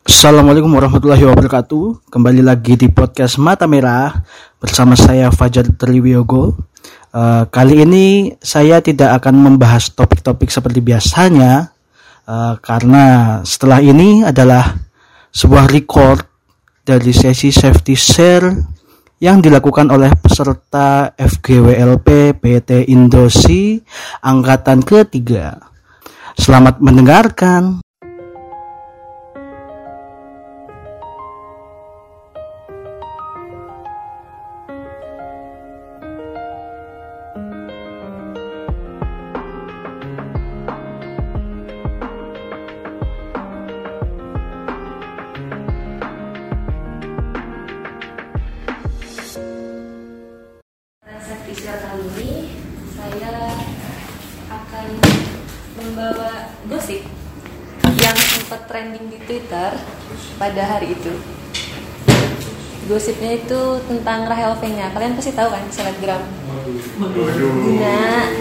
Assalamualaikum warahmatullahi wabarakatuh. Kembali lagi di podcast Mata Merah bersama saya Fajar Triwiyogo. Kali ini saya tidak akan membahas topik-topik seperti biasanya, karena setelah ini adalah sebuah record dari sesi safety share yang dilakukan oleh peserta FGWLP PT Indosi angkatan ketiga. Selamat mendengarkan. Kali ini saya akan membawa gosip yang sempat trending di Twitter pada hari itu. Gosipnya itu tentang Rachel V-nya. Kalian pasti tahu kan, selebgram. Nah,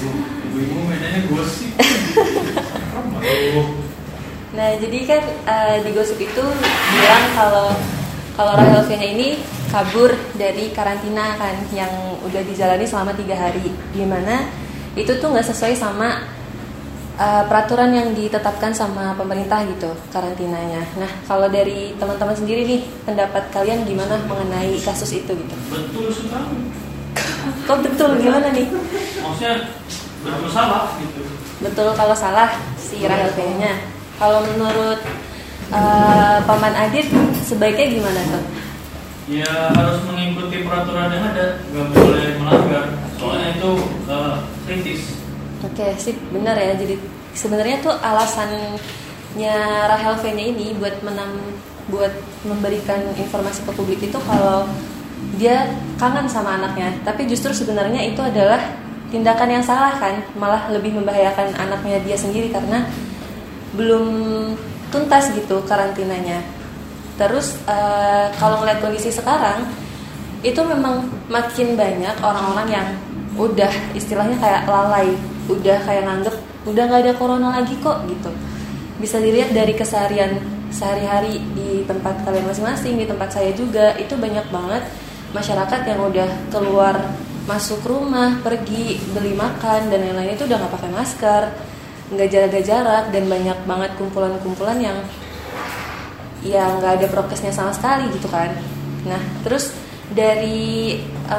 nah jadi kan di gosip itu bilang kalau Rachel V-nya ini kabur dari karantina kan yang udah dijalani selama 3 hari, dimana itu tuh nggak sesuai sama peraturan yang ditetapkan sama pemerintah gitu karantinanya. Nah kalau dari teman-teman sendiri nih, pendapat kalian gimana mengenai kasus itu gitu? Betul sekali. Kok betul gimana nih? Maksudnya bermasalah gitu. Betul kalau salah si Rachel V-nya. Kalau menurut Paman Adit sebaiknya gimana tuh? Ya harus mengikuti peraturan yang ada, nggak boleh melanggar. Soalnya itu kritis. Oke, sip, benar ya. Jadi sebenarnya tuh alasannya Rachel V-nya ini buat memberikan informasi ke publik itu kalau dia kangen sama anaknya. Tapi justru sebenarnya itu adalah tindakan yang salah kan, malah lebih membahayakan anaknya dia sendiri karena belum tuntas gitu karantinanya. Terus kalau ngeliat kondisi sekarang itu memang makin banyak orang-orang yang udah istilahnya kayak lalai, udah kayak nganggep udah nggak ada corona lagi kok gitu. Bisa dilihat dari keseharian sehari-hari di tempat kalian masing-masing, di tempat saya juga, itu banyak banget masyarakat yang udah keluar masuk rumah, pergi beli makan dan lain-lain itu udah nggak pakai masker, nggak jaga jarak, dan banyak banget kumpulan-kumpulan yang ya nggak ada prokesnya sama sekali gitu kan. Nah terus dari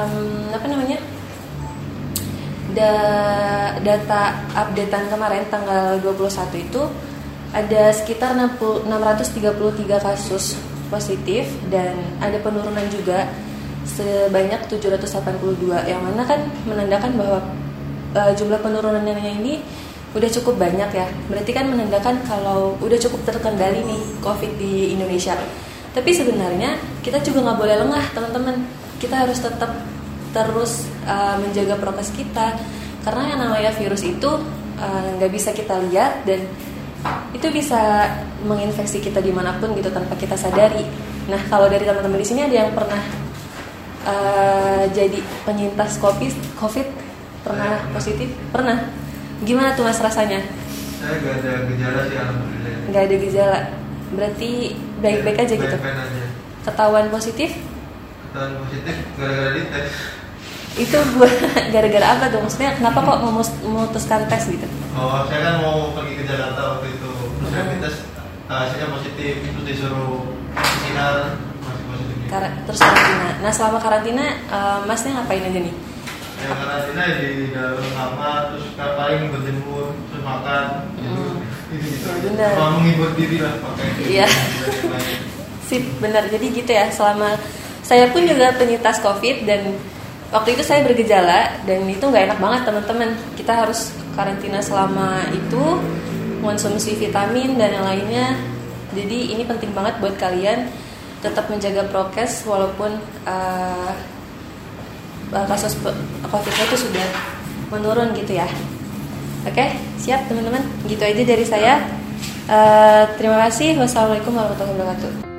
data updatean kemarin tanggal 21 itu ada sekitar 633 kasus positif dan ada penurunan juga sebanyak 782, yang mana kan menandakan bahwa jumlah penurunannya ini udah cukup banyak ya. Berarti kan menandakan kalau udah cukup terkendali nih COVID di Indonesia. Tapi sebenarnya kita juga nggak boleh lengah teman-teman. Kita harus tetap terus menjaga prokes kita, karena yang namanya virus itu nggak bisa kita lihat dan itu bisa menginfeksi kita dimanapun gitu tanpa kita sadari. Nah kalau dari teman-teman di sini ada yang pernah jadi penyintas COVID pernah positif? Pernah? Gimana tuh mas rasanya? Saya gak ada gejala sih, alhamdulillah. Gak ada gejala, berarti baik-baik aja gitu? Baik-baik aja. Ketahuan positif? Ketahuan positif gara-gara dites. Itu buat gara-gara apa tuh? Maksudnya kenapa kok memutuskan tes gitu? Oh, saya kan mau pergi ke Jakarta waktu itu. Terus saya dites, hasilnya positif. Terus disuruh PCR, masih positif. Terus karantina. Nah selama karantina masnya ngapain aja nih? Ya karantina di dalam kamar, terus paling berjemur, terus makan. Benar. Kalau menghibur diri lah pakai. Iya. Sip, benar. Jadi gitu ya. Selama saya pun juga penyintas COVID dan waktu itu saya bergejala dan itu nggak enak banget teman-teman. Kita harus karantina selama itu, konsumsi vitamin dan yang lainnya. Jadi ini penting banget buat kalian tetap menjaga prokes walaupun kasus COVID-nya itu sudah menurun gitu ya. Oke, siap teman-teman. Gitu aja dari saya. Terima kasih. Wassalamualaikum warahmatullahi wabarakatuh.